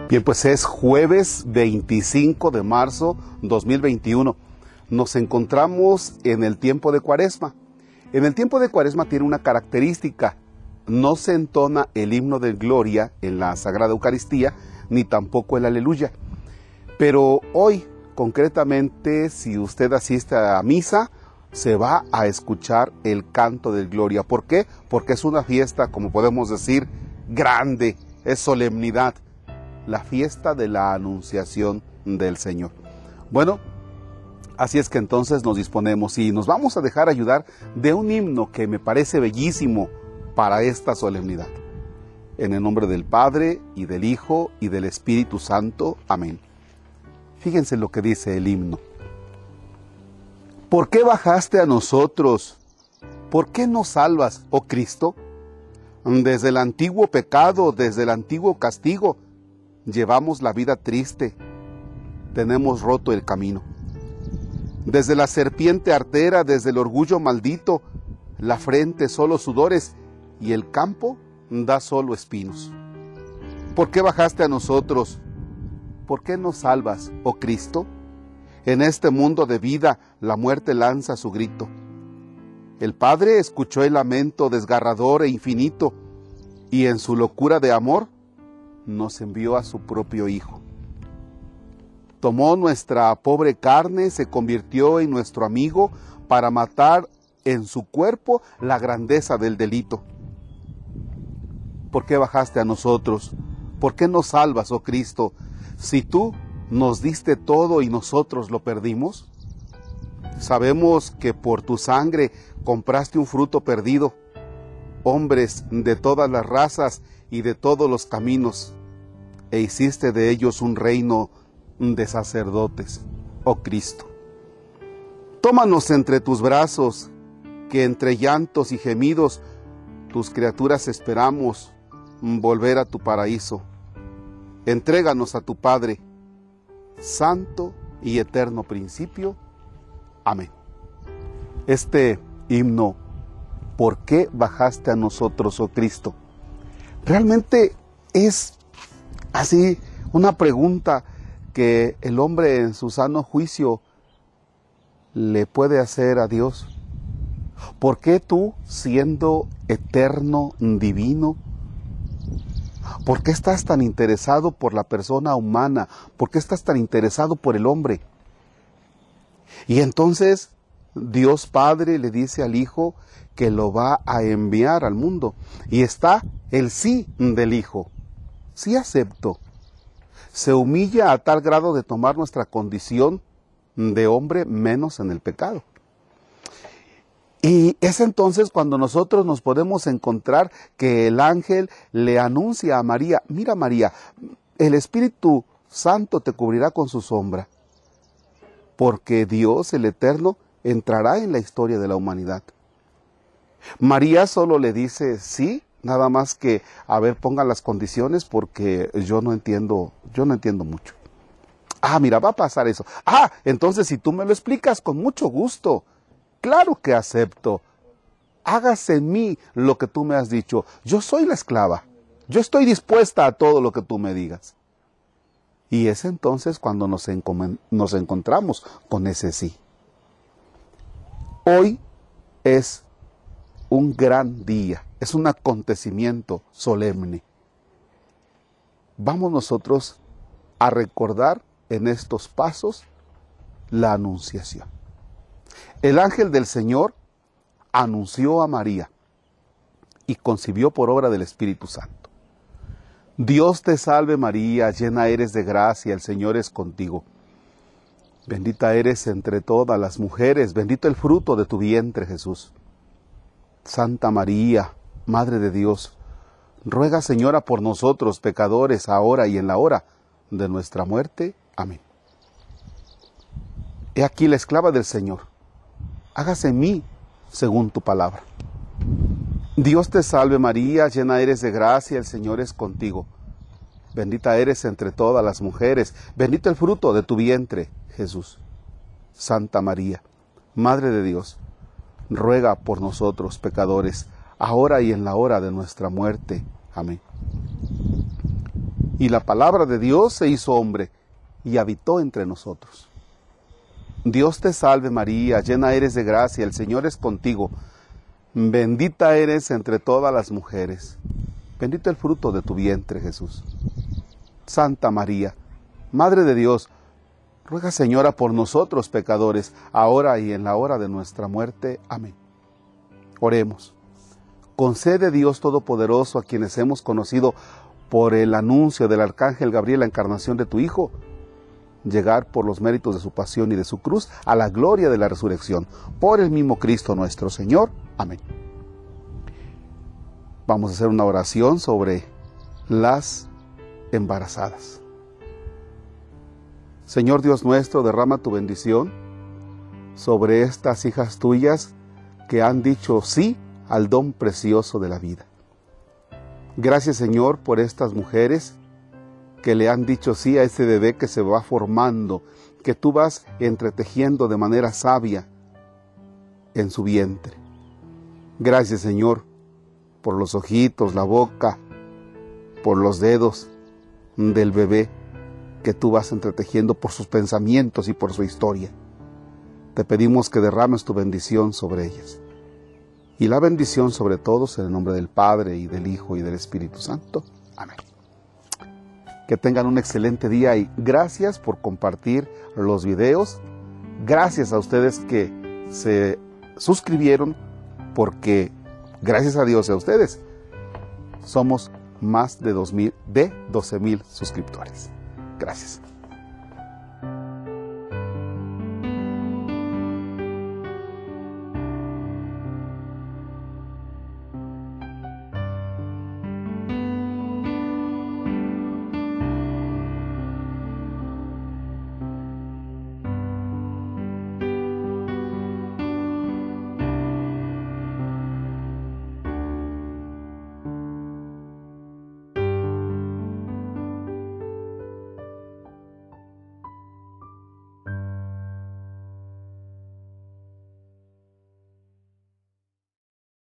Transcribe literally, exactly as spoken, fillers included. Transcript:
Bien, pues es jueves veinticinco de marzo dos mil veintiuno. Nos encontramos en el tiempo de Cuaresma. En el tiempo de Cuaresma tiene una característica. No se entona el himno de gloria en la Sagrada Eucaristía, ni tampoco el Aleluya. Pero hoy, concretamente, si usted asiste a misa, se va a escuchar el canto de gloria. ¿Por qué? Porque es una fiesta, como podemos decir, grande, es solemnidad. La fiesta de la Anunciación del Señor. Bueno, así es que entonces nos disponemos y nos vamos a dejar ayudar de un himno que me parece bellísimo para esta solemnidad. En el nombre del Padre, y del Hijo, y del Espíritu Santo. Amén. Fíjense lo que dice el himno. ¿Por qué bajaste a nosotros? ¿Por qué nos salvas, oh Cristo? Desde el antiguo pecado, desde el antiguo castigo, llevamos la vida triste, tenemos roto el camino. Desde la serpiente artera, desde el orgullo maldito, la frente solo sudores y el campo da solo espinos. ¿Por qué bajaste a nosotros? ¿Por qué nos salvas, oh Cristo? En este mundo de vida la muerte lanza su grito. El Padre escuchó el lamento desgarrador e infinito y en su locura de amor nos envió a su propio Hijo. Tomó nuestra pobre carne, se convirtió en nuestro amigo para matar en su cuerpo la grandeza del delito. ¿Por qué bajaste a nosotros? ¿Por qué nos salvas, oh Cristo? Si tú nos diste todo y nosotros lo perdimos. Sabemos que por tu sangre compraste un fruto perdido, hombres de todas las razas y de todos los caminos, e hiciste de ellos un reino de sacerdotes, oh Cristo. Tómanos entre tus brazos, que entre llantos y gemidos, tus criaturas esperamos volver a tu paraíso. Entréganos a tu Padre, santo y eterno principio. Amén. Este himno, ¿por qué bajaste a nosotros, oh Cristo? Realmente es así una pregunta que el hombre en su sano juicio le puede hacer a Dios. ¿Por qué tú, siendo eterno, divino, por qué estás tan interesado por la persona humana? ¿Por qué estás tan interesado por el hombre? Y entonces Dios Padre le dice al Hijo que lo va a enviar al mundo. Y está el sí del Hijo. Sí acepto. Se humilla a tal grado de tomar nuestra condición de hombre menos en el pecado. Y es entonces cuando nosotros nos podemos encontrar que el ángel le anuncia a María: mira María, el Espíritu Santo te cubrirá con su sombra, porque Dios el Eterno entrará en la historia de la humanidad. María solo le dice sí, nada más que, a ver, pongan las condiciones porque yo no entiendo, yo no entiendo mucho. Ah, mira, va a pasar eso. Ah, entonces si tú me lo explicas, con mucho gusto. Claro que acepto. Hágase en mí lo que tú me has dicho. Yo soy la esclava. Yo estoy dispuesta a todo lo que tú me digas. Y es entonces cuando nos, nos encontramos con ese sí. Hoy es un gran día, es un acontecimiento solemne. Vamos nosotros a recordar en estos pasos la Anunciación. El ángel del Señor anunció a María y concibió por obra del Espíritu Santo. Dios te salve María, llena eres de gracia, el Señor es contigo. Bendita eres entre todas las mujeres, bendito el fruto de tu vientre, Jesús. Santa María, Madre de Dios, ruega, Señora, por nosotros pecadores, ahora y en la hora de nuestra muerte. Amén. He aquí la esclava del Señor. Hágase en mí según tu palabra. Dios te salve María, llena eres de gracia, el Señor es contigo. Bendita eres entre todas las mujeres, bendito el fruto de tu vientre, Jesús. Santa María, Madre de Dios, ruega por nosotros pecadores, ahora y en la hora de nuestra muerte. Amén. Y la palabra de Dios se hizo hombre y habitó entre nosotros. Dios te salve María, llena eres de gracia, el Señor es contigo. Bendita eres entre todas las mujeres. Bendito el fruto de tu vientre, Jesús. Santa María, Madre de Dios, ruega, Señora, por nosotros pecadores, ahora y en la hora de nuestra muerte. Amén. Oremos. Concede Dios Todopoderoso a quienes hemos conocido por el anuncio del Arcángel Gabriel la encarnación de tu Hijo, llegar por los méritos de su pasión y de su cruz a la gloria de la resurrección. Por el mismo Cristo nuestro Señor. Amén. Vamos a hacer una oración sobre las embarazadas. Señor Dios nuestro, derrama tu bendición sobre estas hijas tuyas que han dicho sí al don precioso de la vida. Gracias, Señor, por estas mujeres que le han dicho sí a ese bebé que se va formando, que tú vas entretejiendo de manera sabia en su vientre. Gracias, Señor, por los ojitos, la boca, por los dedos del bebé que tú vas entretejiendo por sus pensamientos y por su historia. Te pedimos que derrames tu bendición sobre ellas. Y la bendición sobre todos en el nombre del Padre y del Hijo y del Espíritu Santo. Amén. Que tengan un excelente día y gracias por compartir los videos. Gracias a ustedes que se suscribieron, porque gracias a Dios y a ustedes somos más de doce mil suscriptores. Gracias.